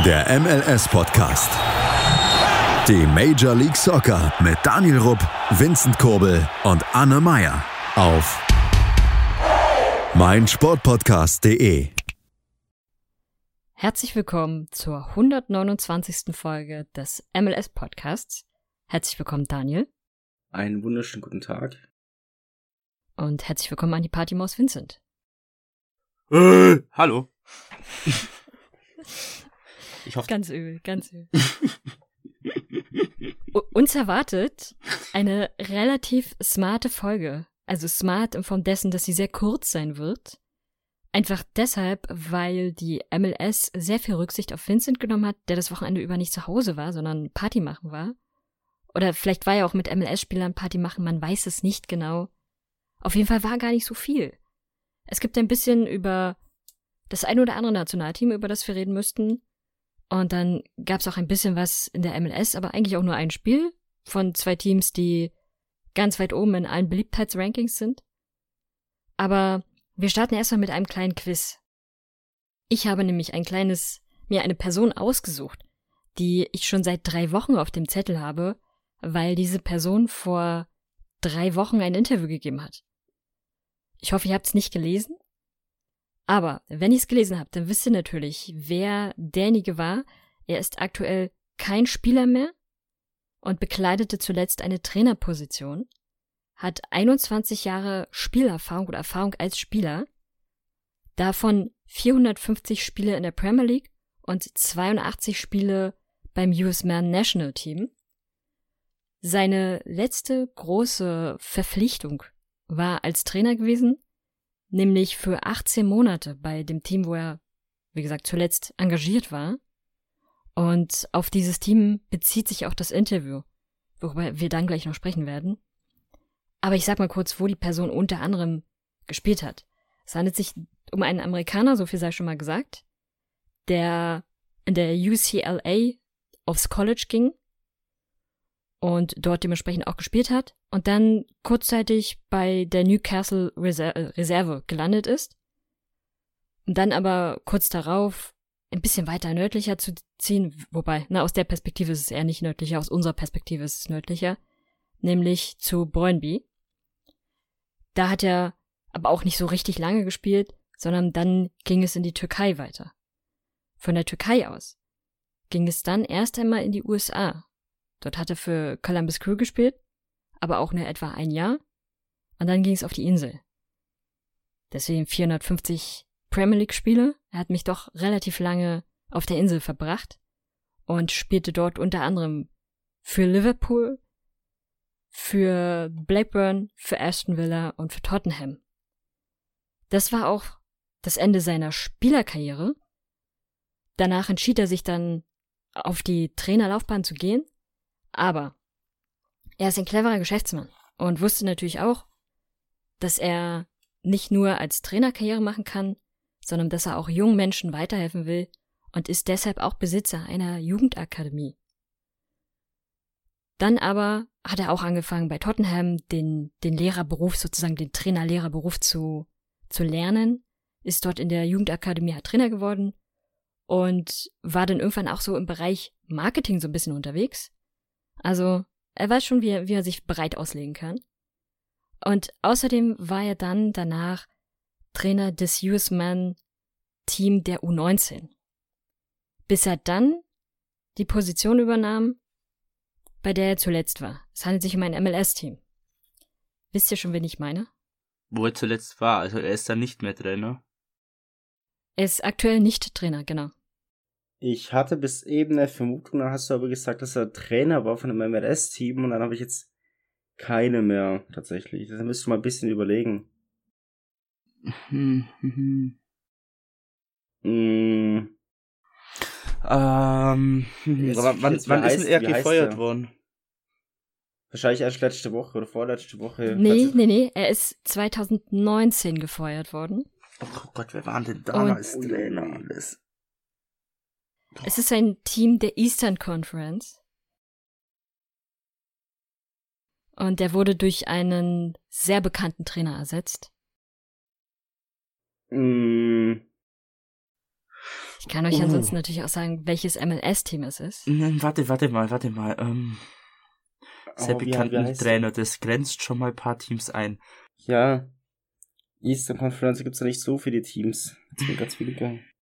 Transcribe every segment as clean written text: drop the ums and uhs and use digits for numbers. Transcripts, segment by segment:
Der MLS-Podcast. Die Major League Soccer mit Daniel Rupp, Vincent Kurbel und Anne Meyer auf meinsportpodcast.de. Herzlich willkommen zur 129. Folge des MLS-Podcasts. Herzlich willkommen, Daniel. Einen wunderschönen guten Tag. Und herzlich willkommen an die Partymaus Vincent. Hallo. Ich hoffe. Ganz übel. Uns erwartet eine relativ smarte Folge. Also smart in Form dessen, dass sie sehr kurz sein wird. Einfach deshalb, weil die MLS sehr viel Rücksicht auf Vincent genommen hat, der das Wochenende über nicht zu Hause war, sondern Party machen war. Oder vielleicht war er auch mit MLS-Spielern Party machen, man weiß es nicht genau. Auf jeden Fall war gar nicht so viel. Es gibt ein bisschen über das ein oder andere Nationalteam, über das wir reden müssten. Und dann gab es auch ein bisschen was in der MLS, aber eigentlich auch nur ein Spiel von zwei Teams, die ganz weit oben in allen Beliebtheitsrankings sind. Aber wir starten erstmal mit einem kleinen Quiz. Ich habe nämlich mir eine Person ausgesucht, die ich schon seit 3 Wochen auf dem Zettel habe, weil diese Person vor 3 Wochen ein Interview gegeben hat. Ich hoffe, ihr habt es nicht gelesen. Aber wenn ihr es gelesen habt, dann wisst ihr natürlich, wer derjenige war. Er ist aktuell kein Spieler mehr und bekleidete zuletzt eine Trainerposition, hat 21 Jahre Spielerfahrung oder Erfahrung als Spieler, davon 450 Spiele in der Premier League und 82 Spiele beim US Men National Team. Seine letzte große Verpflichtung war als Trainer gewesen, nämlich für 18 Monate bei dem Team, wo er, wie gesagt, zuletzt engagiert war. Und auf dieses Team bezieht sich auch das Interview, worüber wir dann gleich noch sprechen werden. Aber ich sag mal kurz, wo die Person unter anderem gespielt hat. Es handelt sich um einen Amerikaner, so viel sei schon mal gesagt, der in der UCLA aufs College ging und dort dementsprechend auch gespielt hat und dann kurzzeitig bei der Newcastle Reserve gelandet ist und dann aber kurz darauf ein bisschen weiter nördlicher zu ziehen, wobei, aus der Perspektive ist es eher nicht nördlicher, aus unserer Perspektive ist es nördlicher, nämlich zu Brøndby. Da hat er aber auch nicht so richtig lange gespielt, sondern dann ging es in die Türkei weiter. Von der Türkei aus ging es dann erst einmal in die USA. Dort hat er für Columbus Crew gespielt, aber auch nur etwa 1 Jahr. Und dann ging es auf die Insel. Deswegen 450 Premier League Spiele. Er hat mich doch relativ lange auf der Insel verbracht und spielte dort unter anderem für Liverpool, für Blackburn, für Aston Villa und für Tottenham. Das war auch das Ende seiner Spielerkarriere. Danach entschied er sich dann, auf die Trainerlaufbahn zu gehen. Aber er ist ein cleverer Geschäftsmann und wusste natürlich auch, dass er nicht nur als Trainer Karriere machen kann, sondern dass er auch jungen Menschen weiterhelfen will und ist deshalb auch Besitzer einer Jugendakademie. Dann aber hat er auch angefangen bei Tottenham den Lehrerberuf, sozusagen den Trainer-Lehrerberuf zu lernen, ist dort in der Jugendakademie Trainer geworden und war dann irgendwann auch so im Bereich Marketing so ein bisschen unterwegs. Also, er weiß schon, wie er sich breit auslegen kann. Und außerdem war er dann danach Trainer des US Men Team der U19. Bis er dann die Position übernahm, bei der er zuletzt war. Es handelt sich um ein MLS-Team. Wisst ihr schon, wen ich meine? Wo er zuletzt war, also er ist dann nicht mehr Trainer. Er ist aktuell nicht Trainer, genau. Ich hatte bis eben eine Vermutung, dann hast du aber gesagt, dass er Trainer war von einem MLS-Team und dann habe ich jetzt keine mehr, tatsächlich. Das müsst du mal ein bisschen überlegen. Wann ist denn er gefeuert worden? Wahrscheinlich erst letzte Woche oder vorletzte Woche. Nee, er ist 2019 gefeuert worden. Oh Gott, wer waren denn damals Trainer alles? Es ist ein Team der Eastern Conference. Und der wurde durch einen sehr bekannten Trainer ersetzt. Ich kann euch ansonsten natürlich auch sagen, welches MLS-Team es ist. Warte mal. Sehr bekannten Trainer, das grenzt schon mal ein paar Teams ein. Ja, Eastern Conference gibt's ja nicht so viele Teams. Es sind ganz viele.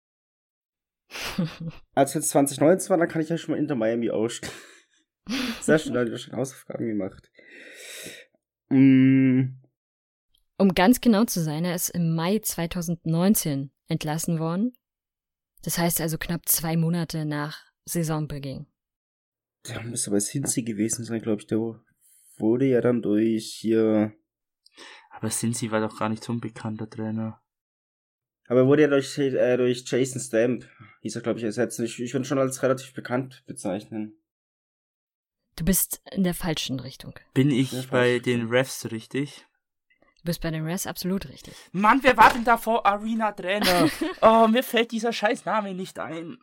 Als jetzt 2019 war, dann kann ich ja schon mal Inter Miami ausstellen. Sehr schön, da habe ich schon Hausaufgaben gemacht. Um ganz genau zu sein, er ist im Mai 2019 entlassen worden. Das heißt also knapp 2 Monate nach Saisonbeginn. Der müsste bei Cincy gewesen sein, glaube ich. Der wurde ja dann durch hier... Aber Cincy war doch gar nicht so ein bekannter Trainer. Aber er wurde ja durch Jason Stamp, hieß er, glaube ich, ersetzt. Ich würde ihn schon als relativ bekannt bezeichnen. Du bist in der falschen Richtung. Bin ich bei den Refs richtig? Du bist bei den Refs absolut richtig. Mann, wer war denn da vor Arena-Trainer? Oh, mir fällt dieser scheiß Name nicht ein.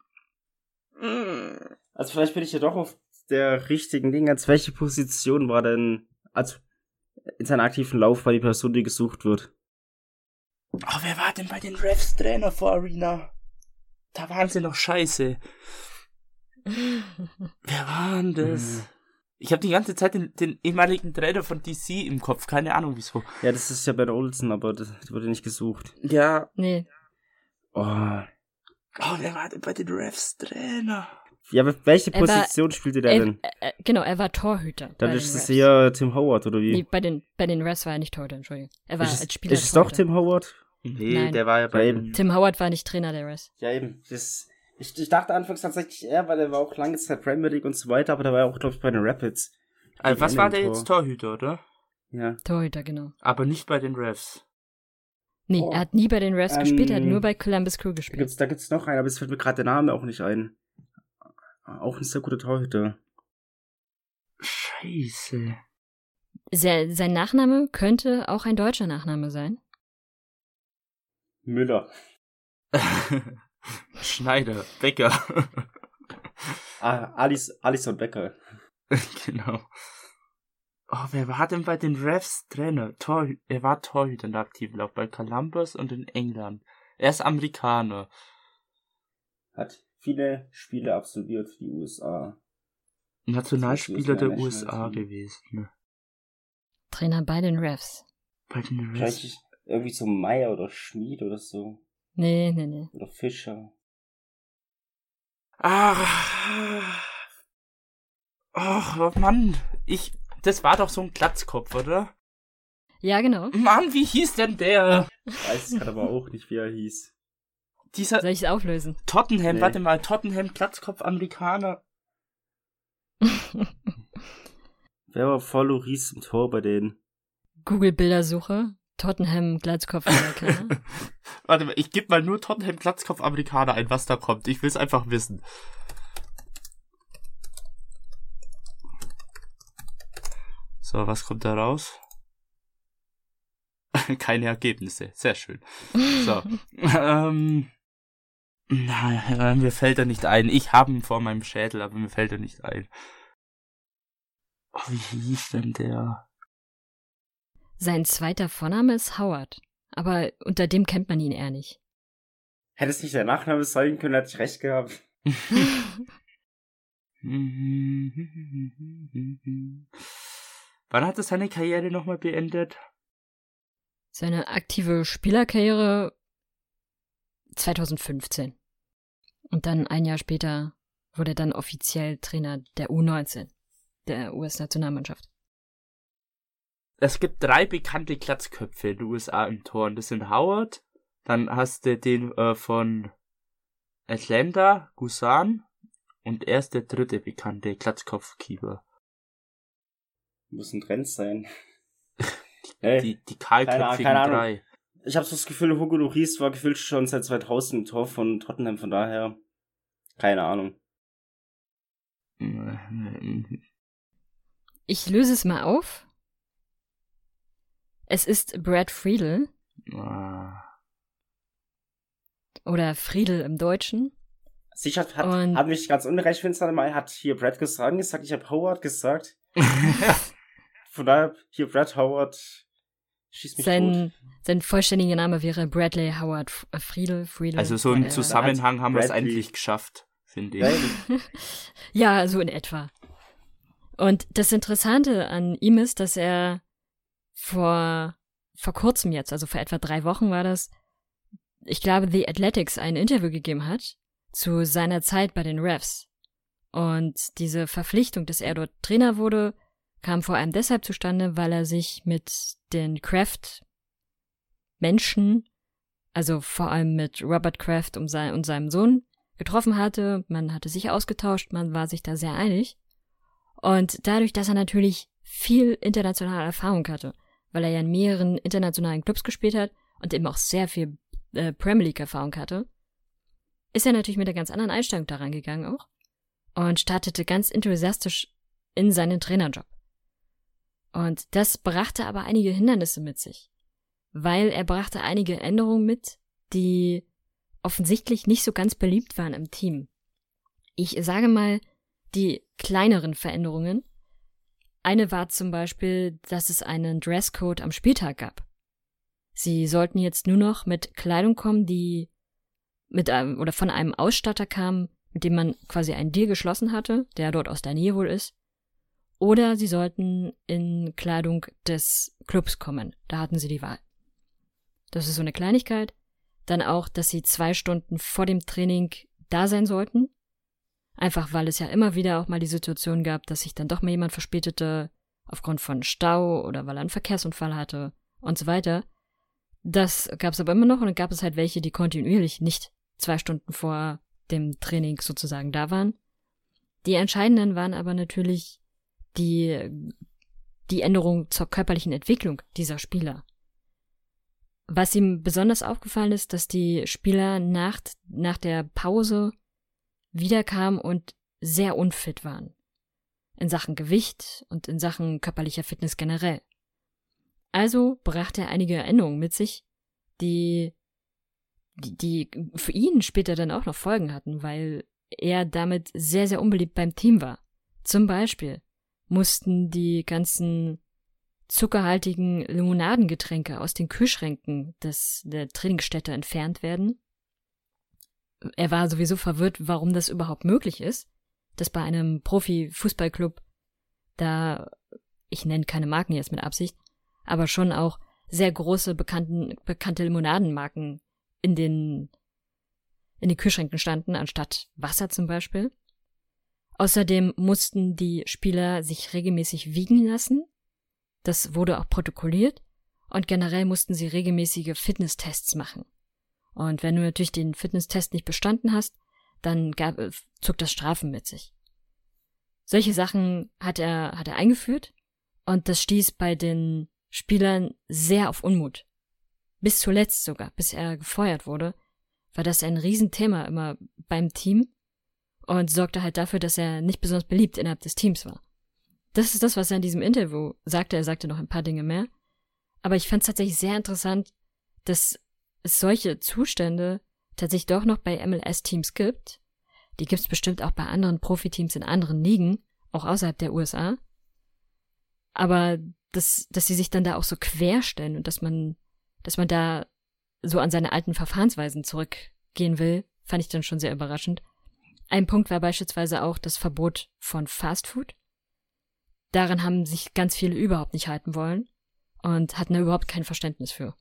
Also vielleicht bin ich ja doch auf der richtigen Ding. Als welche Position war denn, also in seiner aktiven Laufbahn die Person, die gesucht wird? Oh, wer war denn bei den Refs Trainer vor Arena? Da waren sie noch scheiße. Wer war denn das? Ich habe die ganze Zeit den ehemaligen Trainer von DC im Kopf. Keine Ahnung, wieso. Ja, das ist ja Ben Olsen, aber das wurde nicht gesucht. Ja. Nee. Oh, wer war denn bei den Refs Trainer? Ja, aber welche Position spielte der denn? Genau, er war Torhüter. Dann ist es ja Tim Howard, oder wie? Nee, bei den Refs war er nicht Torhüter, Entschuldigung. Er war als Spieler Ist es doch Tim Howard? Nee, Nein. der war ja bei Tim Howard war nicht Trainer der Refs. Ja, eben. Ich dachte anfangs tatsächlich eher, weil er war auch lange Zeit Premier League und so weiter, aber der war ja auch, glaube ich, bei den Rapids. Also was war der jetzt? Torhüter, oder? Ja. Torhüter, genau. Aber nicht bei den Refs. Nee, er hat nie bei den Refs gespielt, er hat nur bei Columbus Crew gespielt. Da gibt's noch einen, aber es fällt mir gerade der Name auch nicht ein. Auch ein sehr guter Torhüter. Scheiße. Sein Nachname könnte auch ein deutscher Nachname sein. Müller. Schneider, Becker. Alisson Becker. Genau. Oh, wer war denn bei den Refs Trainer? Er war Torhüter in der aktiven Lauf bei Columbus und in England. Er ist Amerikaner. Hat viele Spiele absolviert für die USA. Nationalspieler der USA gewesen. Ne? Trainer bei den Refs. Bei den Refs. Vielleicht irgendwie so Meier oder Schmid oder so. Nee. Oder Fischer. Ach, Mann. Das war doch so ein Glatzkopf, oder? Ja, genau. Mann, wie hieß denn der? Ich weiß es aber auch nicht, wie er hieß. Soll ich es auflösen? Tottenham, Nee. warte mal. Tottenham, Glatzkopf, Amerikaner. Wer war vor Loris im Tor bei denen? Google-Bildersuche. Tottenham, Glatzkopf, Amerikaner. Warte mal, ich gebe mal nur Tottenham, Glatzkopf, Amerikaner ein, was da kommt. Ich will es einfach wissen. So, was kommt da raus? Keine Ergebnisse. Sehr schön. So. Mir fällt er nicht ein. Ich habe ihn vor meinem Schädel, aber mir fällt er nicht ein. Oh, wie hieß denn der? Sein zweiter Vorname ist Howard, aber unter dem kennt man ihn eher nicht. Hätte es nicht der Nachname sein können, hätte ich recht gehabt. Wann hat er seine Karriere nochmal beendet? Seine aktive Spielerkarriere 2015. Und dann ein Jahr später wurde er dann offiziell Trainer der U19, der US-Nationalmannschaft. Es gibt 3 bekannte Glatzköpfe in den USA im Tor. Und das sind Howard, dann hast du den von Atlanta, Gusan, und er ist der 3. bekannte Glatzkopfkeeper. Muss ein Trend sein. Die kahlköpfigen 3. Ich habe so das Gefühl, Hugo Lloris war gefühlt schon seit 2000 im Tor von Tottenham, von daher keine Ahnung. Ich löse es mal auf. Es ist Brad Friedel. Oder Friedel im Deutschen. Sicher hat mich ganz unrecht, Vincent, mal hat hier Brad gesagt, ich habe Howard gesagt. Von daher hier Brad Howard Schieß mich tot. Sein vollständiger Name wäre Bradley Howard Friedel. Also so im Zusammenhang haben wir es endlich geschafft, finde ich. Ja, so in etwa. Und das Interessante an ihm ist, dass er vor kurzem jetzt, also vor etwa 3 Wochen war das, ich glaube, The Athletics ein Interview gegeben hat zu seiner Zeit bei den Refs. Und diese Verpflichtung, dass er dort Trainer wurde, kam vor allem deshalb zustande, weil er sich mit den Kraft-Menschen, also vor allem mit Robert Kraft und seinem Sohn, getroffen hatte. Man hatte sich ausgetauscht, man war sich da sehr einig. Und dadurch, dass er natürlich viel internationale Erfahrung hatte, weil er ja in mehreren internationalen Clubs gespielt hat und eben auch sehr viel Premier League-Erfahrung hatte, ist er natürlich mit einer ganz anderen Einstellung daran gegangen auch und startete ganz enthusiastisch in seinen Trainerjob. Und das brachte aber einige Hindernisse mit sich, weil er brachte einige Änderungen mit, die offensichtlich nicht so ganz beliebt waren im Team. Ich sage mal, die kleineren Veränderungen. Eine war zum Beispiel, dass es einen Dresscode am Spieltag gab. Sie sollten jetzt nur noch mit Kleidung kommen, die von einem Ausstatter kam, mit dem man quasi einen Deal geschlossen hatte, der dort aus der Nähe wohl ist. Oder sie sollten in Kleidung des Clubs kommen. Da hatten sie die Wahl. Das ist so eine Kleinigkeit. Dann auch, dass sie 2 Stunden vor dem Training da sein sollten. Einfach weil es ja immer wieder auch mal die Situation gab, dass sich dann doch mal jemand verspätete aufgrund von Stau oder weil er einen Verkehrsunfall hatte und so weiter. Das gab es aber immer noch und dann gab es halt welche, die kontinuierlich nicht 2 Stunden vor dem Training sozusagen da waren. Die entscheidenden waren aber natürlich die Änderung zur körperlichen Entwicklung dieser Spieler. Was ihm besonders aufgefallen ist, dass die Spieler nach der Pause wiederkamen und sehr unfit waren. In Sachen Gewicht und in Sachen körperlicher Fitness generell. Also brachte er einige Änderungen mit sich, die für ihn später dann auch noch Folgen hatten, weil er damit sehr, sehr unbeliebt beim Team war. Zum Beispiel mussten die ganzen zuckerhaltigen Limonadengetränke aus den Kühlschränken der Trainingsstätte entfernt werden. Er war sowieso verwirrt, warum das überhaupt möglich ist, dass bei einem Profi-Fußballclub da, ich nenne keine Marken jetzt mit Absicht, aber schon auch sehr große bekannte Limonadenmarken in den Kühlschränken standen, anstatt Wasser zum Beispiel. Außerdem mussten die Spieler sich regelmäßig wiegen lassen. Das wurde auch protokolliert. Und generell mussten sie regelmäßige Fitnesstests machen. Und wenn du natürlich den Fitnesstest nicht bestanden hast, dann zog das Strafen mit sich. Solche Sachen hat er eingeführt. Und das stieß bei den Spielern sehr auf Unmut. Bis zuletzt sogar, bis er gefeuert wurde, war das ein Riesenthema immer beim Team und sorgte halt dafür, dass er nicht besonders beliebt innerhalb des Teams war. Das ist das, was er in diesem Interview sagte. Er sagte noch ein paar Dinge mehr. Aber ich fand es tatsächlich sehr interessant, dass es solche Zustände tatsächlich doch noch bei MLS-Teams gibt. Die gibt es bestimmt auch bei anderen Profiteams in anderen Ligen, auch außerhalb der USA. Aber dass sie sich dann da auch so querstellen und dass man da so an seine alten Verfahrensweisen zurückgehen will, fand ich dann schon sehr überraschend. Ein Punkt war beispielsweise auch das Verbot von Fastfood. Daran haben sich ganz viele überhaupt nicht halten wollen und hatten da überhaupt kein Verständnis für.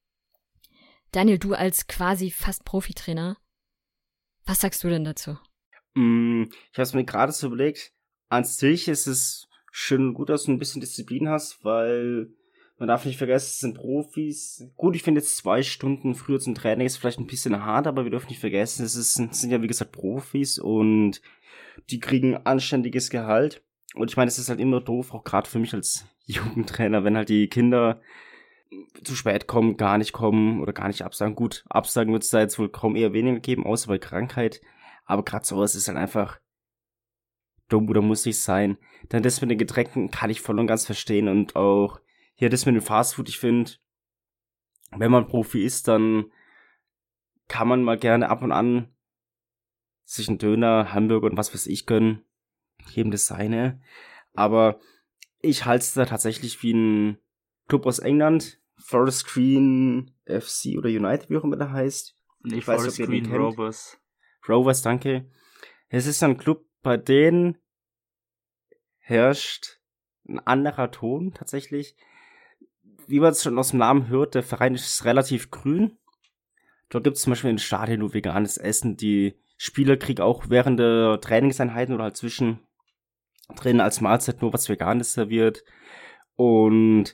Daniel, du als quasi fast Profitrainer, was sagst du denn dazu? Ich habe es mir gerade so überlegt, an sich ist es schön und gut, dass du ein bisschen Disziplin hast, weil man darf nicht vergessen, es sind Profis. Gut, ich finde jetzt 2 Stunden früher zum Training ist vielleicht ein bisschen hart, aber wir dürfen nicht vergessen, es sind ja wie gesagt Profis und die kriegen anständiges Gehalt. Und ich meine, es ist halt immer doof, auch gerade für mich als Jugendtrainer, wenn halt die Kinder zu spät kommen, gar nicht kommen oder gar nicht absagen. Gut, Absagen wird es da jetzt wohl kaum eher weniger geben, außer bei Krankheit. Aber gerade sowas ist halt einfach dumm oder muss nicht sein. Dann das mit den Getränken kann ich voll und ganz verstehen und auch hier das mit dem Fastfood, ich finde, wenn man Profi ist, dann kann man mal gerne ab und an sich einen Döner, Hamburger und was weiß ich gönnen. Jedem das seine. Aber ich halte es da tatsächlich wie ein Club aus England, Forest Green FC oder United, wie auch immer der heißt. Nee, Ich weiß Forest nicht, ob ihr den Green kennt. Rovers. Rovers, danke. Es ist ein Club, bei denen herrscht ein anderer Ton tatsächlich. Wie man es schon aus dem Namen hört, der Verein ist relativ grün. Dort gibt es zum Beispiel in den Stadien nur veganes Essen. Die Spieler kriegen auch während der Trainingseinheiten oder halt zwischendrin als Mahlzeit nur was Veganes serviert. Und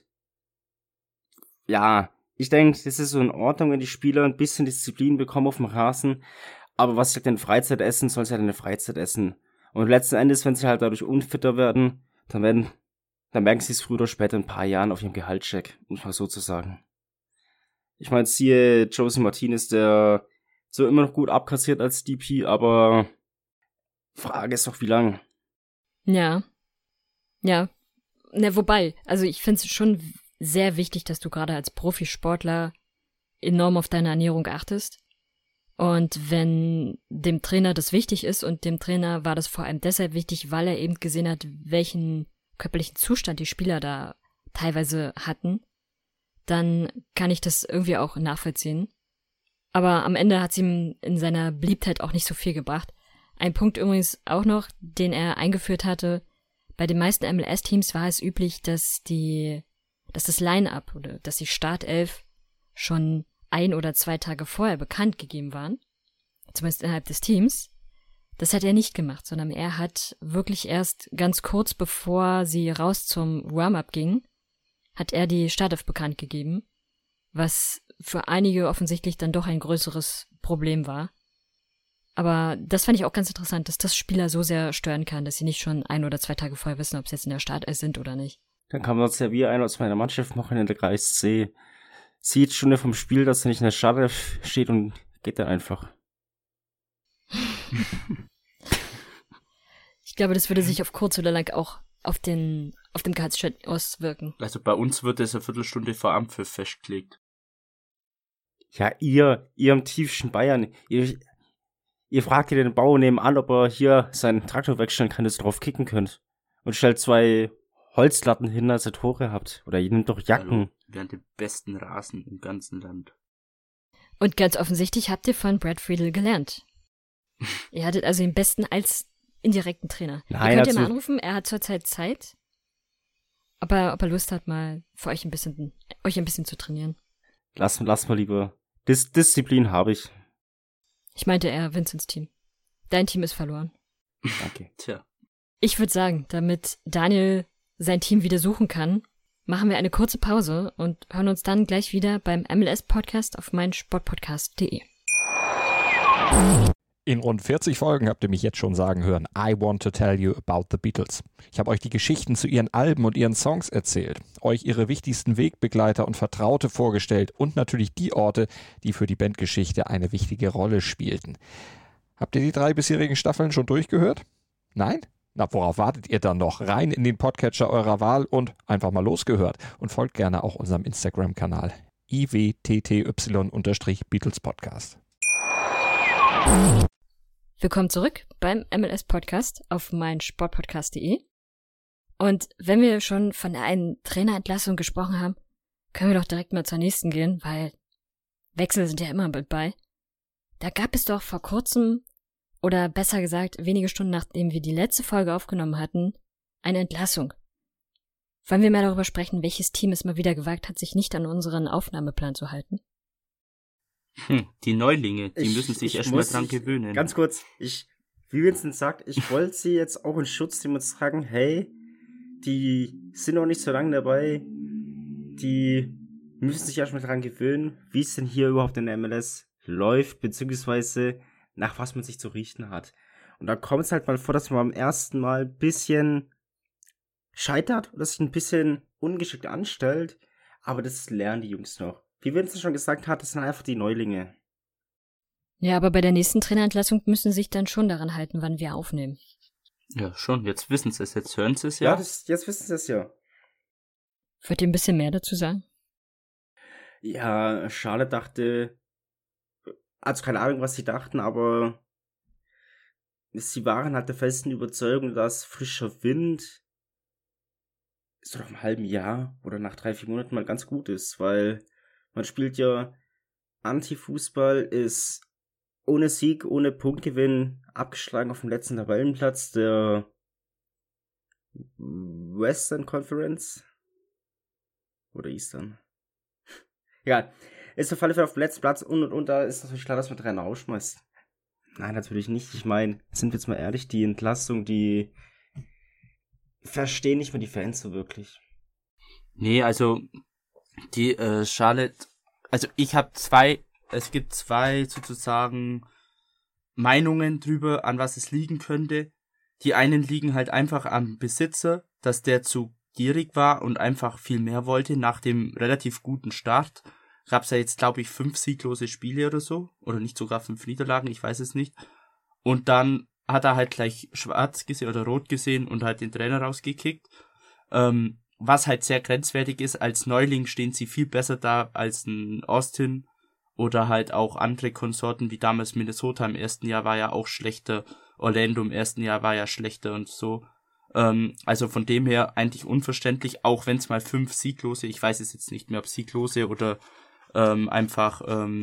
ja, ich denke, das ist so in Ordnung, wenn die Spieler ein bisschen Disziplin bekommen auf dem Rasen. Aber was sie halt in der Freizeit essen, sollen sie halt in der Freizeit essen. Und letzten Endes, wenn sie halt dadurch unfitter werden, dann merken sie es früher oder später in ein paar Jahren auf ihrem Gehaltscheck, um es mal so zu sagen. Ich meine, siehe José Martinez, der so immer noch gut abkassiert als DP, aber Frage ist doch, wie lang. Ja. Ja. Na, wobei, also ich finde es schon sehr wichtig, dass du gerade als Profisportler enorm auf deine Ernährung achtest. Und wenn dem Trainer das wichtig ist, und dem Trainer war das vor allem deshalb wichtig, weil er eben gesehen hat, welchen körperlichen Zustand die Spieler da teilweise hatten, dann kann ich das irgendwie auch nachvollziehen. Aber am Ende hat es ihm in seiner Beliebtheit auch nicht so viel gebracht. Ein Punkt übrigens auch noch, den er eingeführt hatte: Bei den meisten MLS-Teams war es üblich, dass das Line-Up oder dass die Startelf schon 1 oder 2 Tage vorher bekannt gegeben waren. Zumindest innerhalb des Teams. Das hat er nicht gemacht, sondern er hat wirklich erst ganz kurz bevor sie raus zum Warm-Up gingen, hat er die Startelf bekannt gegeben, was für einige offensichtlich dann doch ein größeres Problem war. Aber das fand ich auch ganz interessant, dass das Spieler so sehr stören kann, dass sie nicht schon 1 oder 2 Tage vorher wissen, ob sie jetzt in der Startelf sind oder nicht. Dann kann man es ja wie einer aus meiner Mannschaft machen in der Kreis C. Sieht schon vom Spiel, dass er nicht in der Startelf steht und geht dann einfach. Ich glaube, das würde sich auf kurz oder lang auch auf dem Gehaltscheck auswirken. Also bei uns wird es eine Viertelstunde vor Ampfiff festgelegt. Ja, ihr im tiefsten Bayern, ihr fragt ihr den Bauer nebenan, ob er hier seinen Traktor wegstellen kann, dass ihr drauf kicken könnt. Und stellt 2 Holzlatten hin, als ihr Tore habt. Oder ihr nehmt doch Jacken. Hallo, wir haben den besten Rasen im ganzen Land. Und ganz offensichtlich habt ihr von Brad Friedel gelernt. Ihr hattet also den besten als indirekten Trainer. Nein, ihr könnt ja mal anrufen, er hat zurzeit Zeit. Ob er Lust hat, mal für euch ein bisschen zu trainieren. Lass mal lieber. Disziplin habe ich. Ich meinte eher Vincents Team. Dein Team ist verloren. Danke. Tja. Ich würde sagen, damit Daniel sein Team wieder suchen kann, machen wir eine kurze Pause und hören uns dann gleich wieder beim MLS-Podcast auf meinsportpodcast.de. In rund 40 Folgen habt ihr mich jetzt schon sagen hören, I want to tell you about the Beatles. Ich habe euch die Geschichten zu ihren Alben und ihren Songs erzählt, euch ihre wichtigsten Wegbegleiter und Vertraute vorgestellt und natürlich die Orte, die für die Bandgeschichte eine wichtige Rolle spielten. Habt ihr die 3 bisherigen Staffeln schon durchgehört? Nein? Na, worauf wartet ihr dann noch? Rein in den Podcatcher eurer Wahl und einfach mal losgehört. Und folgt gerne auch unserem Instagram-Kanal iwtty_Beatles Podcast. Willkommen zurück beim MLS-Podcast auf meinsportpodcast.de. Und wenn wir schon von einer Trainerentlassung gesprochen haben, können wir doch direkt mal zur nächsten gehen, weil Wechsel sind ja immer mit bei. Da gab es doch vor kurzem, oder besser gesagt wenige Stunden nachdem wir die letzte Folge aufgenommen hatten, eine Entlassung. Wollen wir mal darüber sprechen, welches Team es mal wieder gewagt hat, sich nicht an unseren Aufnahmeplan zu halten? Die Neulinge, die müssen sich erstmal dran gewöhnen. Ganz kurz, wie Vincent sagt, ich wollte sie jetzt auch in Schutz nehmen und sagen, hey, die sind noch nicht so lange dabei, die müssen sich erstmal dran gewöhnen, wie es denn hier überhaupt in der MLS läuft, beziehungsweise nach was man sich zu richten hat. Und da kommt es halt mal vor, dass man beim ersten Mal ein bisschen scheitert oder sich ein bisschen ungeschickt anstellt, aber das lernen die Jungs noch. Wie Vincent schon gesagt hat, das sind einfach die Neulinge. Ja, aber bei der nächsten Trainerentlassung müssen sie sich dann schon daran halten, wann wir aufnehmen. Ja, schon. Jetzt wissen sie es. Jetzt hören sie es ja. Ja, jetzt wissen sie es ja. Wollt ihr ein bisschen mehr dazu sagen? Ja, Charlotte dachte, also keine Ahnung, was sie dachten, aber sie waren halt der festen Überzeugung, dass frischer Wind so nach einem halben Jahr oder nach 3-4 Monaten mal ganz gut ist, weil man spielt ja Anti-Fußball, ist ohne Sieg, ohne Punktgewinn abgeschlagen auf dem letzten Tabellenplatz der Western Conference oder Eastern. Ja, ist auf alle Fälle auf dem letzten Platz und da ist natürlich klar, dass man Trainer rausschmeißt. Nein, natürlich nicht. Ich meine, sind wir jetzt mal ehrlich, die Entlassung, die verstehen nicht mehr die Fans so wirklich. Nee, also die Charlotte, also es gibt zwei sozusagen Meinungen drüber, an was es liegen könnte. Die einen liegen halt einfach am Besitzer, dass der zu gierig war und einfach viel mehr wollte nach dem relativ guten Start. Gab's ja jetzt, glaube ich, 5 sieglose Spiele oder so. Oder nicht sogar 5 Niederlagen, ich weiß es nicht. Und dann hat er halt gleich schwarz gesehen oder rot gesehen und halt den Trainer rausgekickt. Was halt sehr grenzwertig ist. Als Neuling stehen sie viel besser da als ein Austin oder halt auch andere Konsorten, wie damals Minnesota im ersten Jahr war ja auch schlechter. Orlando im ersten Jahr war ja schlechter und so. Also von dem her eigentlich unverständlich, auch wenn es mal 5 sieglose, ich weiß es jetzt nicht mehr, ob sieglose oder einfach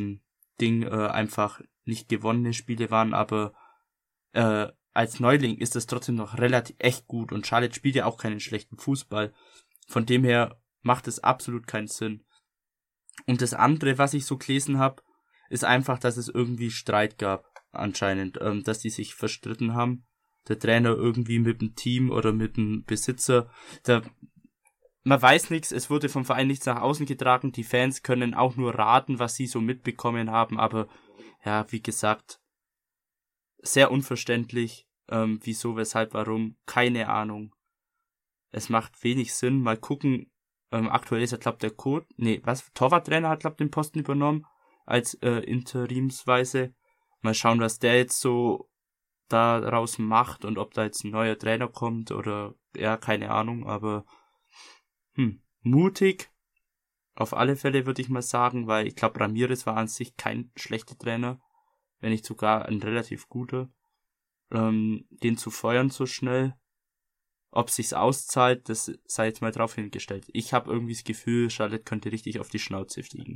nicht gewonnene Spiele waren, aber als Neuling ist das trotzdem noch relativ echt gut und Charlotte spielt ja auch keinen schlechten Fußball. Von dem her macht es absolut keinen Sinn. Und das andere, was ich so gelesen habe, ist einfach, dass es irgendwie Streit gab, anscheinend, dass die sich verstritten haben. Der Trainer irgendwie mit dem Team oder mit dem Besitzer. Man weiß nichts, es wurde vom Verein nichts nach außen getragen. Die Fans können auch nur raten, was sie so mitbekommen haben, aber ja, wie gesagt, sehr unverständlich. Wieso, weshalb, warum, keine Ahnung. Es macht wenig Sinn. Mal gucken, aktuell ist ja, glaube Torwarttrainer hat, glaube den Posten übernommen, als interimsweise. Mal schauen, was der jetzt so daraus macht und ob da jetzt ein neuer Trainer kommt oder, ja, keine Ahnung, aber mutig, auf alle Fälle würde ich mal sagen, weil ich glaube, Ramirez war an sich kein schlechter Trainer, wenn nicht sogar ein relativ guter. Den zu feuern so schnell, ob sich's auszahlt, das sei jetzt mal drauf hingestellt. Ich habe irgendwie das Gefühl, Charlotte könnte richtig auf die Schnauze fliegen.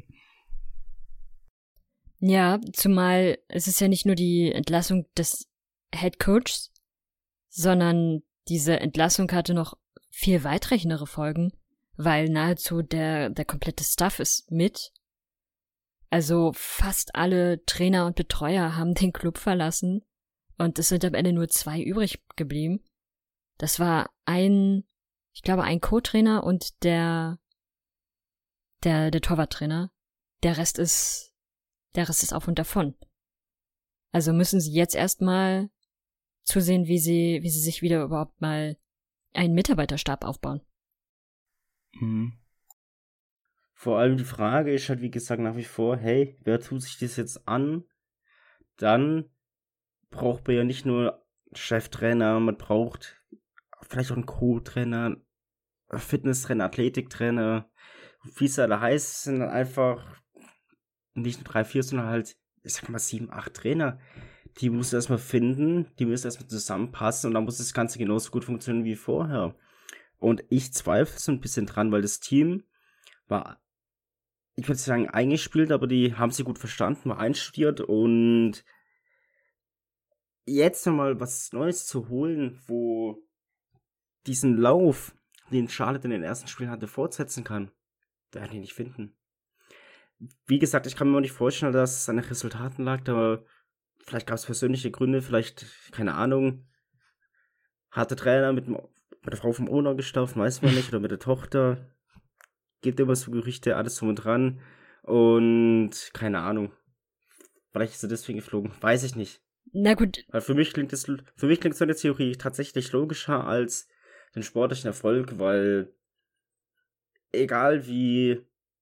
Ja, zumal es ist ja nicht nur die Entlassung des Head Coachs, sondern diese Entlassung hatte noch viel weitreichendere Folgen, weil nahezu der komplette Staff ist mit. Also fast alle Trainer und Betreuer haben den Club verlassen und es sind am Ende nur 2 übrig geblieben. Das war ein Co-Trainer und der Torwarttrainer. Der Rest ist auf und davon. Also müssen sie jetzt erstmal zusehen, wie sie sich wieder überhaupt mal einen Mitarbeiterstab aufbauen. Mhm. Vor allem die Frage ist halt, wie gesagt, nach wie vor, hey, wer tut sich das jetzt an? Dann braucht man ja nicht nur Cheftrainer, man braucht vielleicht auch einen Co-Trainer, Fitnesstrainer, Athletiktrainer, wie es alle heißt, sind dann einfach nicht nur 3, 4, sondern halt, ich sag mal 7, 8 Trainer. Die musst du erstmal finden, die müssen erstmal zusammenpassen und dann muss das Ganze genauso gut funktionieren wie vorher. Und ich zweifle so ein bisschen dran, weil das Team war, ich würde sagen, eingespielt, aber die haben sie gut verstanden, war einstudiert und jetzt nochmal was Neues zu holen, wo diesen Lauf, den Charlotte in den ersten Spielen hatte, fortsetzen kann, da werden die nicht finden. Wie gesagt, ich kann mir auch nicht vorstellen, dass es an den Resultaten lag, aber vielleicht gab es persönliche Gründe, vielleicht, keine Ahnung, hat der Trainer mit der Frau vom Owner gestauft, weiß man nicht, oder mit der Tochter. Gibt immer so Gerüchte, alles drum und dran. Und keine Ahnung. Vielleicht ist er deswegen geflogen. Weiß ich nicht. Na gut. Weil für mich klingt so eine Theorie tatsächlich logischer als den sportlichen Erfolg, weil egal wie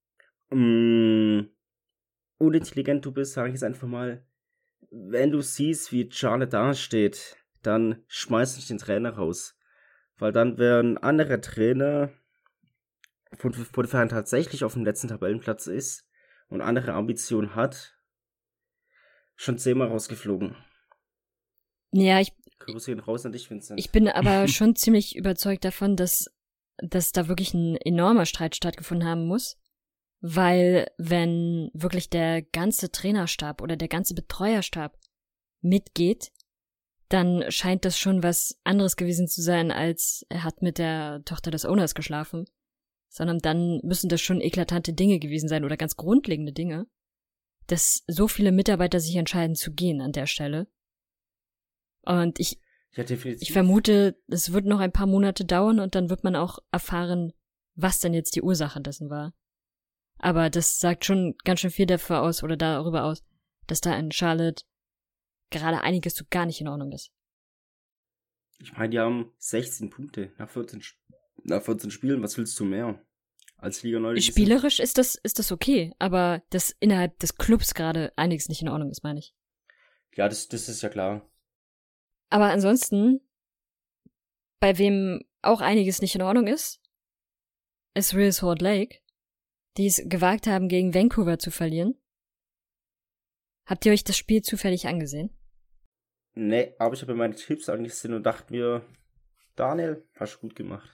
unintelligent du bist, sage ich jetzt einfach mal, wenn du siehst, wie Charlotte dasteht, dann schmeiß nicht den Trainer raus. Weil dann werden andere Trainer, wo der Verein tatsächlich auf dem letzten Tabellenplatz ist und andere Ambitionen hat, schon 10-mal rausgeflogen. Ja, Grüße gehen raus an dich, Vincent. Ich bin aber schon ziemlich überzeugt davon, dass dass da wirklich ein enormer Streit stattgefunden haben muss, weil wenn wirklich der ganze Trainerstab oder der ganze Betreuerstab mitgeht, dann scheint das schon was anderes gewesen zu sein, als er hat mit der Tochter des Owners geschlafen, sondern dann müssen das schon eklatante Dinge gewesen sein oder ganz grundlegende Dinge, dass so viele Mitarbeiter sich entscheiden zu gehen an der Stelle. Und ich vermute, es wird noch ein paar Monate dauern und dann wird man auch erfahren, was denn jetzt die Ursache dessen war. Aber das sagt schon ganz schön viel dafür aus oder darüber aus, dass da in Charlotte gerade einiges so gar nicht in Ordnung ist. Ich meine, die haben 16 Punkte nach 14 Spielen. Was willst du mehr als Liga neu? Spielerisch ist das okay, aber dass innerhalb des Clubs gerade einiges nicht in Ordnung ist, meine ich. Ja, das ist ja klar. Aber ansonsten, bei wem auch einiges nicht in Ordnung ist Real Salt Lake, die es gewagt haben, gegen Vancouver zu verlieren. Habt ihr euch das Spiel zufällig angesehen? Nee, aber ich habe mir meine Tipps angesehen und dachte mir, Daniel, hast du gut gemacht.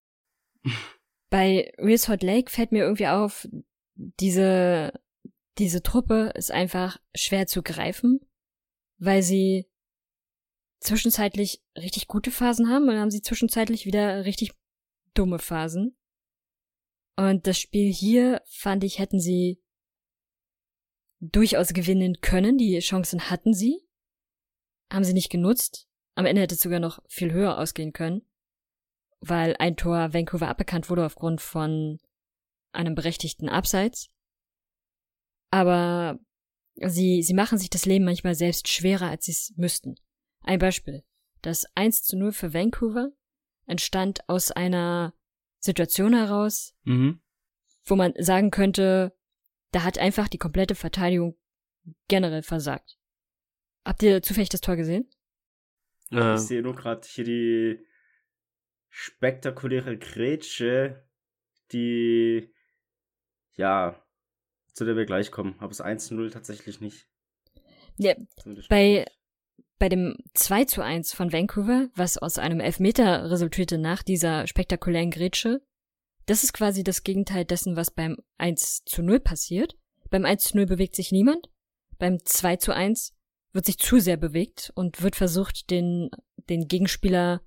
Bei Real Salt Lake fällt mir irgendwie auf, diese Truppe ist einfach schwer zu greifen, weil sie zwischenzeitlich richtig gute Phasen haben und dann haben sie zwischenzeitlich wieder richtig dumme Phasen. Und das Spiel hier, fand ich, hätten sie durchaus gewinnen können. Die Chancen hatten sie. Haben sie nicht genutzt. Am Ende hätte es sogar noch viel höher ausgehen können, weil ein Tor Vancouver aberkannt wurde aufgrund von einem berechtigten Abseits. Aber sie machen sich das Leben manchmal selbst schwerer, als sie es müssten. Ein Beispiel. Das 1:0 für Vancouver entstand aus einer Situation heraus, wo man sagen könnte, da hat einfach die komplette Verteidigung generell versagt. Habt ihr zufällig das Tor gesehen? Ich sehe nur gerade hier die spektakuläre Grätsche, die, ja, zu der wir gleich kommen. Aber das 1:0 tatsächlich nicht. Ja, bei dem 2:1 von Vancouver, was aus einem Elfmeter resultierte nach dieser spektakulären Grätsche, das ist quasi das Gegenteil dessen, was beim 1:0 passiert. Beim 1:0 bewegt sich niemand. Beim 2:1 wird sich zu sehr bewegt und wird versucht, den Gegenspieler,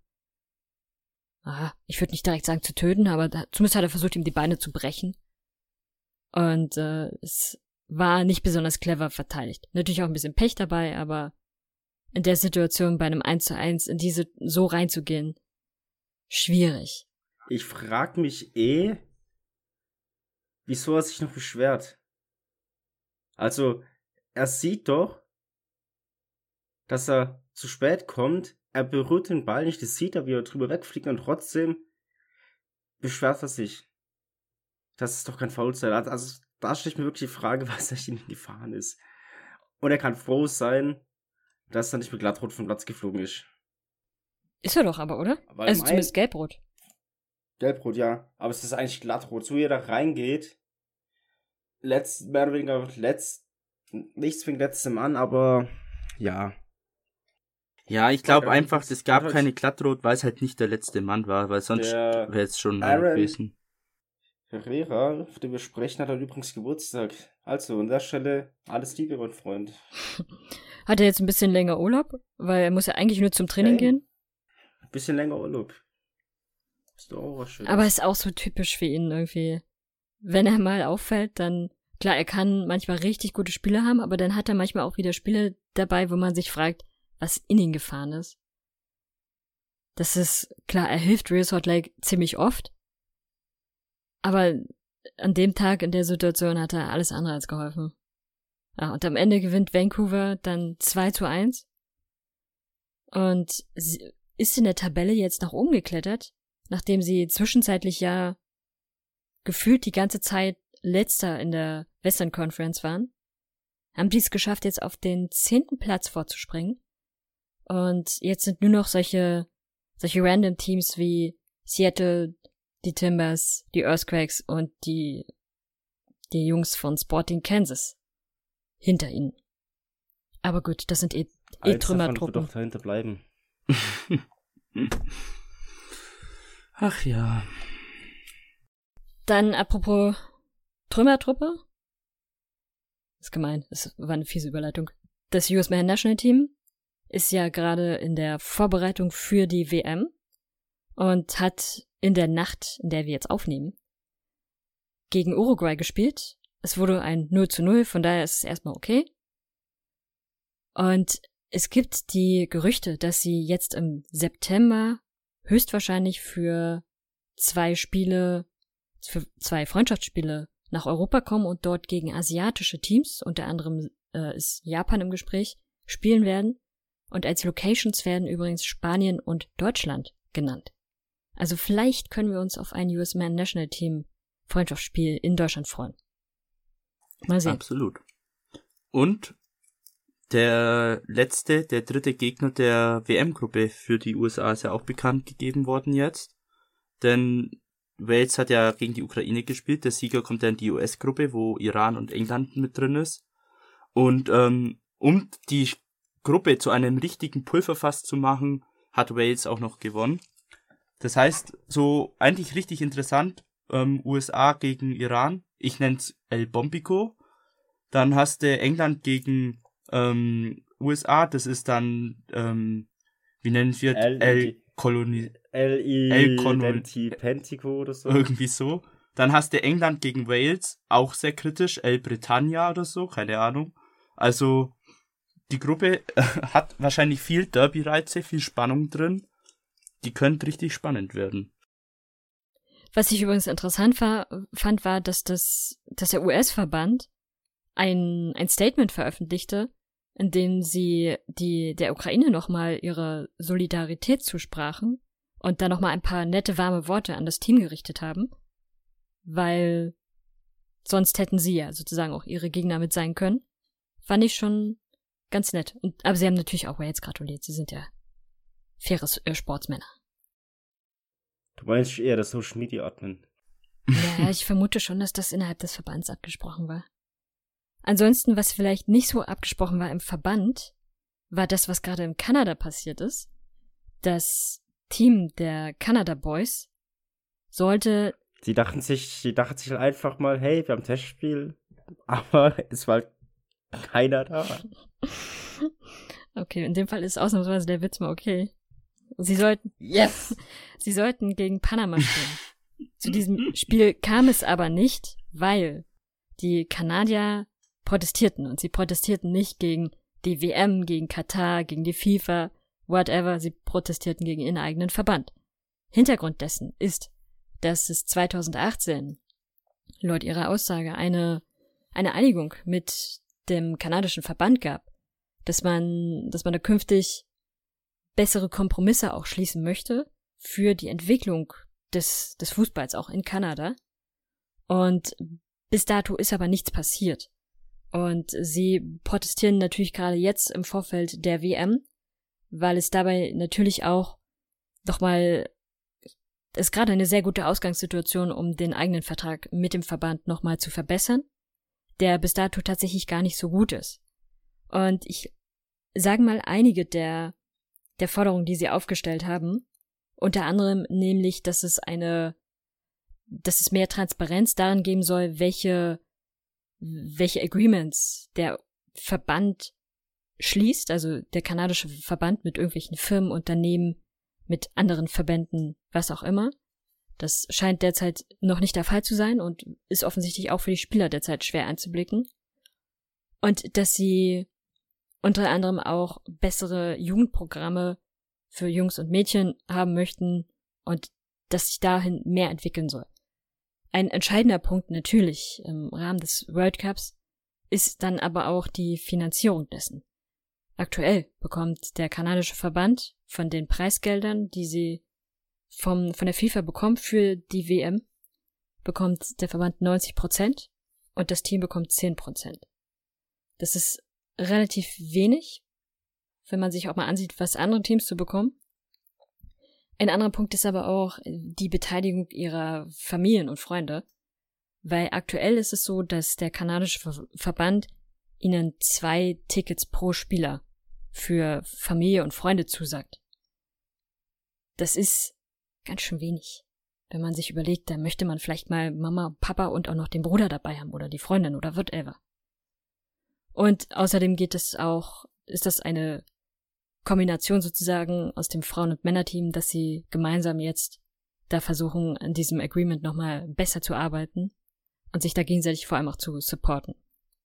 ich würde nicht direkt sagen zu töten, aber zumindest hat er versucht, ihm die Beine zu brechen. Und es war nicht besonders clever verteidigt. Natürlich auch ein bisschen Pech dabei, aber in der Situation bei einem 1:1 in diese so reinzugehen, schwierig. Ich frag mich wieso er sich noch beschwert. Also, er sieht doch, dass er zu spät kommt, er berührt den Ball nicht, das sieht er, wie er drüber wegfliegt und trotzdem beschwert er sich. Das ist doch kein Foul sein. Also, da stelle ich mir wirklich die Frage, was da in gefahren ist. Und er kann froh sein, dass er nicht mit Glattrot vom Platz geflogen ist. Ist er doch aber, oder? Also zumindest Gelbrot. Gelbrot, ja. Aber es ist eigentlich Glattrot. So wie er da reingeht, mehr oder weniger nichts wegen letztem an, aber ja. Ja, ich glaube einfach, es gab keine Glattrot, weil es halt nicht der letzte Mann war, weil sonst wäre es schon gewesen. Ferreira, auf den wir sprechen, hat übrigens Geburtstag. Also, an der Stelle, alles Liebe, mein Freund. Hat er jetzt ein bisschen länger Urlaub? Weil er muss ja eigentlich nur zum Training gehen. Ein bisschen länger Urlaub. Ist doch auch was Schönes. Aber ist auch so typisch für ihn irgendwie. Wenn er mal auffällt, dann, klar, er kann manchmal richtig gute Spiele haben, aber dann hat er manchmal auch wieder Spiele dabei, wo man sich fragt, was in ihn gefahren ist. Das ist, klar, er hilft Real Salt Lake ziemlich oft, aber an dem Tag, in der Situation, hat er alles andere als geholfen. Ja, und am Ende gewinnt Vancouver dann 2:1 und sie ist in der Tabelle jetzt nach oben geklettert, nachdem sie zwischenzeitlich ja gefühlt die ganze Zeit Letzter in der Western Conference waren, haben die es geschafft, jetzt auf den 10. Platz vorzuspringen. Und jetzt sind nur noch solche random Teams wie Seattle, die Timbers, die Earthquakes und die Jungs von Sporting Kansas hinter ihnen. Aber gut, das sind Trümmertruppen. Wird doch dahinter bleiben. Ach ja. Dann apropos Trümmertruppe. Ist gemein, es war eine fiese Überleitung. Das US Men's National Team ist ja gerade in der Vorbereitung für die WM und hat in der Nacht, in der wir jetzt aufnehmen, gegen Uruguay gespielt. Es wurde ein 0:0, von daher ist es erstmal okay. Und es gibt die Gerüchte, dass sie jetzt im September höchstwahrscheinlich für 2 Freundschaftsspiele nach Europa kommen und dort gegen asiatische Teams, unter anderem ist Japan im Gespräch, spielen werden. Und als Locations werden übrigens Spanien und Deutschland genannt. Also vielleicht können wir uns auf ein US Men's National Team Freundschaftsspiel in Deutschland freuen. Mal sehen. Absolut. Und der dritte Gegner der WM-Gruppe für die USA ist ja auch bekannt gegeben worden jetzt. Denn Wales hat ja gegen die Ukraine gespielt. Der Sieger kommt ja in die US-Gruppe, wo Iran und England mit drin ist. Und um die Gruppe zu einem richtigen Pulverfass zu machen, hat Wales auch noch gewonnen. Das heißt, so eigentlich richtig interessant, USA gegen Iran. Ich nenn's El Bombico. Dann hast du England gegen USA, das ist dann, wie nennen wir El Pentico oder so. Irgendwie so. Dann hast du England gegen Wales, auch sehr kritisch, El Britannia oder so, keine Ahnung. Also die Gruppe hat wahrscheinlich viel Derby-Reize, viel Spannung drin. Die könnte richtig spannend werden. Was ich übrigens interessant fand, war, dass der US-Verband ein Statement veröffentlichte, in dem sie der Ukraine nochmal ihre Solidarität zusprachen und dann nochmal ein paar nette, warme Worte an das Team gerichtet haben, weil sonst hätten sie ja sozusagen auch ihre Gegner mit sein können. Fand ich schon ganz nett. Aber sie haben natürlich auch Wales gratuliert. Sie sind ja faire Sportsmänner. Du meinst eher das Social Media Admin? Ja, ich vermute schon, dass das innerhalb des Verbands abgesprochen war. Ansonsten, was vielleicht nicht so abgesprochen war im Verband, war das, was gerade in Kanada passiert ist. Das Team der Canada Boys sollte... Die dachten sich einfach mal, hey, wir haben ein Testspiel, aber es war keiner da. Okay, in dem Fall ist ausnahmsweise der Witz mal okay. Sie sollten gegen Panama spielen. Zu diesem Spiel kam es aber nicht, weil die Kanadier protestierten. Und sie protestierten nicht gegen die WM, gegen Katar, gegen die FIFA, whatever. Sie protestierten gegen ihren eigenen Verband. Hintergrund dessen ist, dass es 2018 laut ihrer Aussage eine Einigung mit dem kanadischen Verband gab, dass man da künftig bessere Kompromisse auch schließen möchte für die Entwicklung des Fußballs auch in Kanada. Und bis dato ist aber nichts passiert. Und sie protestieren natürlich gerade jetzt im Vorfeld der WM, weil es dabei natürlich auch nochmal, ist gerade eine sehr gute Ausgangssituation, um den eigenen Vertrag mit dem Verband nochmal zu verbessern, der bis dato tatsächlich gar nicht so gut ist. Und ich sage mal einige der Forderungen, die sie aufgestellt haben, unter anderem nämlich, dass es mehr Transparenz darin geben soll, welche Agreements der Verband schließt, also der kanadische Verband mit irgendwelchen Firmen, Unternehmen, mit anderen Verbänden, was auch immer. Das scheint derzeit noch nicht der Fall zu sein und ist offensichtlich auch für die Spieler derzeit schwer einzublicken. Und dass sie unter anderem auch bessere Jugendprogramme für Jungs und Mädchen haben möchten und dass sich dahin mehr entwickeln soll. Ein entscheidender Punkt natürlich im Rahmen des World Cups ist dann aber auch die Finanzierung dessen. Aktuell bekommt der kanadische Verband von den Preisgeldern, die sie von der FIFA bekommt für die WM, bekommt der Verband 90% und das Team bekommt 10%. Das ist relativ wenig, wenn man sich auch mal ansieht, was andere Teams so bekommen. Ein anderer Punkt ist aber auch die Beteiligung ihrer Familien und Freunde, weil aktuell ist es so, dass der kanadische Verband ihnen 2 Tickets pro Spieler für Familie und Freunde zusagt. Das ist ganz schön wenig. wenn man sich überlegt, da möchte man vielleicht mal Mama, Papa und auch noch den Bruder dabei haben oder die Freundin oder whatever. Und außerdem ist das eine Kombination sozusagen aus dem Frauen- und Männerteam, dass sie gemeinsam jetzt da versuchen, an diesem Agreement nochmal besser zu arbeiten und sich da gegenseitig vor allem auch zu supporten.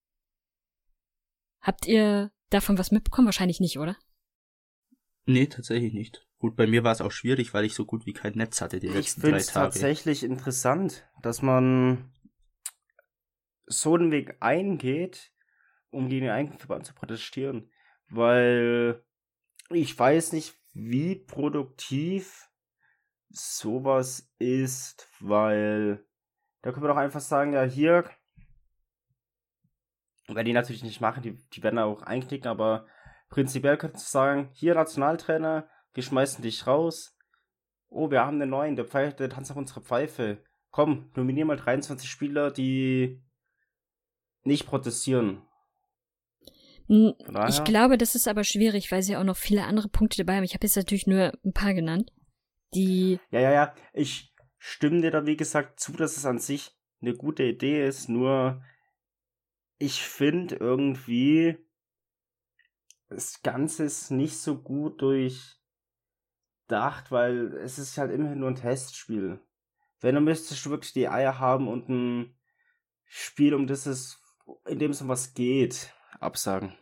Habt ihr davon was mitbekommen? Wahrscheinlich nicht, oder? Nee, tatsächlich nicht. Gut, bei mir war es auch schwierig, weil ich so gut wie kein Netz hatte die letzten 3 Tage. Ich finde es tatsächlich interessant, dass man so einen Weg eingeht, um gegen den eigenen Verband zu protestieren. Weil ich weiß nicht, wie produktiv sowas ist, weil da können wir doch einfach sagen, ja hier, werden die natürlich nicht machen, die werden auch einknicken, aber prinzipiell könntest du sagen, hier Nationaltrainer, wir schmeißen dich raus. Oh, wir haben einen neuen, der tanzt auf unsere Pfeife. Komm, nominier mal 23 Spieler, die nicht protestieren. Ich glaube, das ist aber schwierig, weil sie auch noch viele andere Punkte dabei haben. Ich habe jetzt natürlich nur ein paar genannt, die... Ja. Ich stimme dir da, wie gesagt, zu, dass es an sich eine gute Idee ist, nur ich finde irgendwie, das Ganze ist nicht so gut durchdacht, weil es ist halt immerhin nur ein Testspiel. Wenn, dann müsstest du wirklich die Eier haben und ein Spiel, in dem es um was geht, absagen.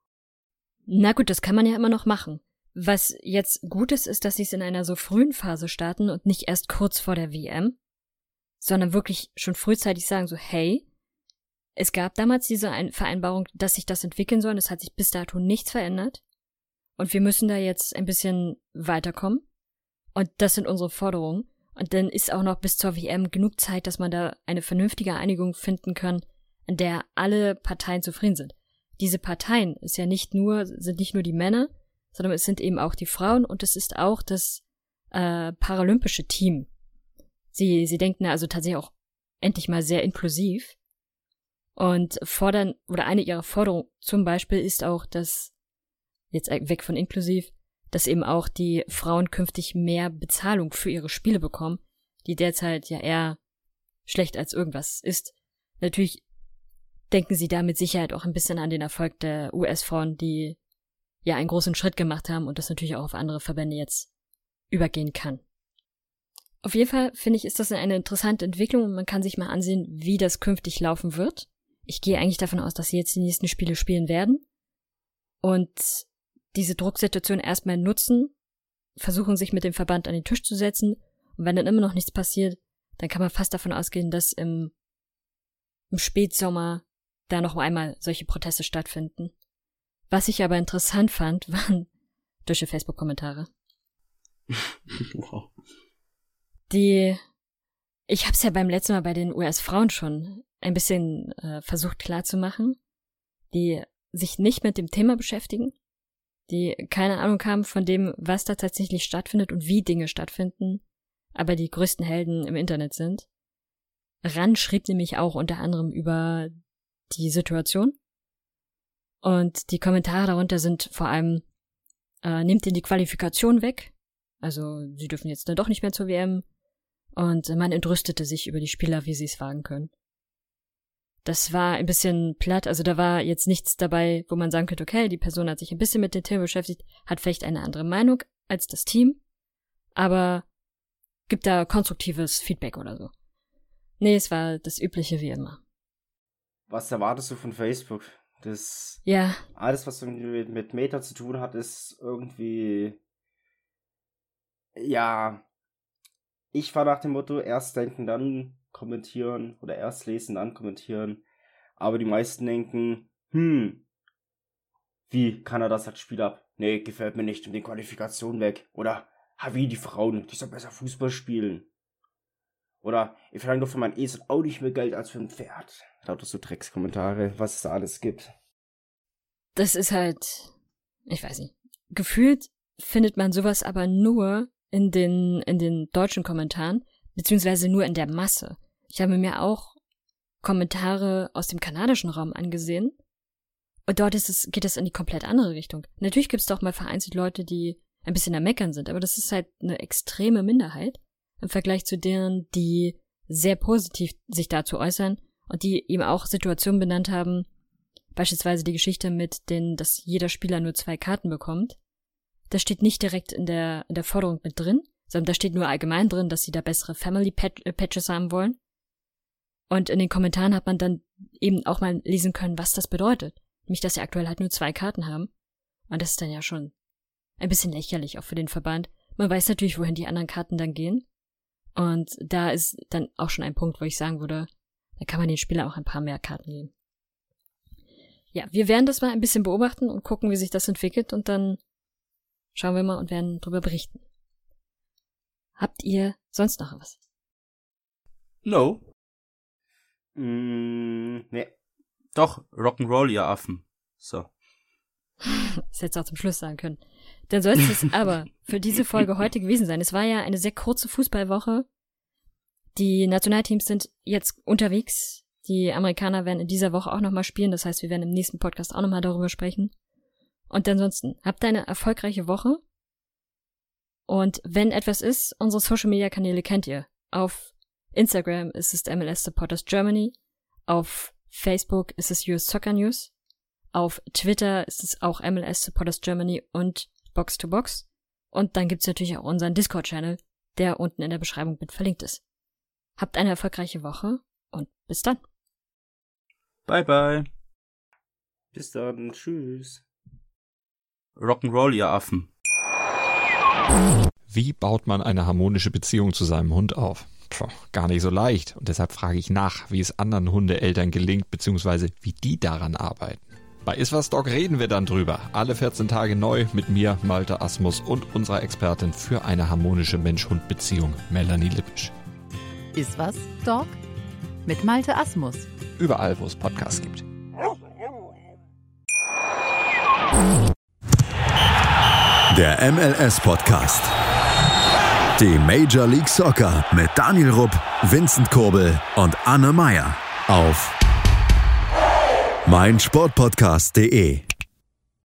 Na gut, das kann man ja immer noch machen. Was jetzt gut ist, dass sie es in einer so frühen Phase starten und nicht erst kurz vor der WM, sondern wirklich schon frühzeitig sagen so, hey, es gab damals diese Vereinbarung, dass sich das entwickeln soll, und es hat sich bis dato nichts verändert und wir müssen da jetzt ein bisschen weiterkommen und das sind unsere Forderungen und dann ist auch noch bis zur WM genug Zeit, dass man da eine vernünftige Einigung finden kann, in der alle Parteien zufrieden sind. Diese Parteien sind nicht nur die Männer, sondern es sind eben auch die Frauen und es ist auch das paralympische Team. Sie denken also tatsächlich auch endlich mal sehr inklusiv und fordern, oder eine ihrer Forderungen zum Beispiel ist auch, dass, jetzt weg von inklusiv, dass eben auch die Frauen künftig mehr Bezahlung für ihre Spiele bekommen, die derzeit ja eher schlecht als irgendwas ist. Natürlich denken sie da mit Sicherheit auch ein bisschen an den Erfolg der US-Frauen, die ja einen großen Schritt gemacht haben und das natürlich auch auf andere Verbände jetzt übergehen kann. Auf jeden Fall finde ich, ist das eine interessante Entwicklung und man kann sich mal ansehen, wie das künftig laufen wird. Ich gehe eigentlich davon aus, dass sie jetzt die nächsten Spiele spielen werden und diese Drucksituation erstmal nutzen, versuchen sich mit dem Verband an den Tisch zu setzen und wenn dann immer noch nichts passiert, dann kann man fast davon ausgehen, dass im Spätsommer da noch einmal solche Proteste stattfinden. Was ich aber interessant fand, waren durch die Facebook-Kommentare. Wow. Ich hab's ja beim letzten Mal bei den US-Frauen schon ein bisschen versucht klarzumachen, die sich nicht mit dem Thema beschäftigen, die keine Ahnung haben von dem, was da tatsächlich stattfindet und wie Dinge stattfinden, aber die größten Helden im Internet sind. Ran schrieb nämlich auch unter anderem über die Situation und die Kommentare darunter sind vor allem, nehmt ihr die Qualifikation weg, also sie dürfen jetzt dann doch nicht mehr zur WM und man entrüstete sich über die Spieler, wie sie es wagen können. Das war ein bisschen platt, also da war jetzt nichts dabei, wo man sagen könnte, okay, die Person hat sich ein bisschen mit dem Thema beschäftigt, hat vielleicht eine andere Meinung als das Team, aber gibt da konstruktives Feedback oder so. Nee, es war das Übliche wie immer. Was erwartest du von Facebook? Ja. Alles, was mit Meta zu tun hat, ist irgendwie... Ja, ich war nach dem Motto, erst denken, dann kommentieren oder erst lesen, dann kommentieren. Aber die meisten denken, wie, Kanada sagt Spiel ab? Nee, gefällt mir nicht, die Qualifikation weg. Oder, wie, die Frauen, die sollen besser Fußball spielen. Oder, ich verlange doch für mein Esel auch nicht mehr Geld als für ein Pferd. Lauter so Dreckskommentare, was es da alles gibt. Das ist halt, ich weiß nicht, gefühlt findet man sowas aber nur in den deutschen Kommentaren, beziehungsweise nur in der Masse. Ich habe mir auch Kommentare aus dem kanadischen Raum angesehen und dort geht es in die komplett andere Richtung. Natürlich gibt es doch mal vereinzelt Leute, die ein bisschen am Meckern sind, aber das ist halt eine extreme Minderheit. im Vergleich zu denen, die sehr positiv sich dazu äußern und die eben auch Situationen benannt haben, beispielsweise die Geschichte mit denen, dass jeder Spieler nur 2 Karten bekommt. Das steht nicht direkt in der Forderung mit drin, sondern da steht nur allgemein drin, dass sie da bessere Family-Patches haben wollen. Und in den Kommentaren hat man dann eben auch mal lesen können, was das bedeutet. Nämlich, dass sie aktuell halt nur 2 Karten haben. Und das ist dann ja schon ein bisschen lächerlich, auch für den Verband. Man weiß natürlich, wohin die anderen Karten dann gehen. Und da ist dann auch schon ein Punkt, wo ich sagen würde, da kann man den Spielern auch ein paar mehr Karten geben. Ja, wir werden das mal ein bisschen beobachten und gucken, wie sich das entwickelt. Und dann schauen wir mal und werden darüber berichten. Habt ihr sonst noch was? No. Nee. Doch, Rock'n'Roll, ihr Affen. So. Das hätte es auch zum Schluss sagen können. Dann soll es aber für diese Folge heute gewesen sein. Es war ja eine sehr kurze Fußballwoche. Die Nationalteams sind jetzt unterwegs. Die Amerikaner werden in dieser Woche auch nochmal spielen. Das heißt, wir werden im nächsten Podcast auch nochmal darüber sprechen. Und ansonsten, habt eine erfolgreiche Woche. Und wenn etwas ist, unsere Social-Media-Kanäle kennt ihr. Auf Instagram ist es MLS Supporters Germany. Auf Facebook ist es US Soccer News. Auf Twitter ist es auch MLS Supporters Germany und Box to Box. Und dann gibt's natürlich auch unseren Discord-Channel, der unten in der Beschreibung mit verlinkt ist. Habt eine erfolgreiche Woche und bis dann. Bye, bye. Bis dann. Tschüss. Rock'n'Roll, ihr Affen. Wie baut man eine harmonische Beziehung zu seinem Hund auf? Gar nicht so leicht. Und deshalb frage ich nach, wie es anderen Hundeeltern gelingt, beziehungsweise wie die daran arbeiten. Bei Iswas Dog reden wir dann drüber. Alle 14 Tage neu mit mir, Malte Asmus und unserer Expertin für eine harmonische Mensch-Hund-Beziehung, Melanie Lippisch. Iswas Dog mit Malte Asmus. Überall, wo es Podcasts gibt. Der MLS-Podcast. Die Major League Soccer mit Daniel Rupp, Vincent Kurbel und Anne Meyer auf meinsportpodcast.de.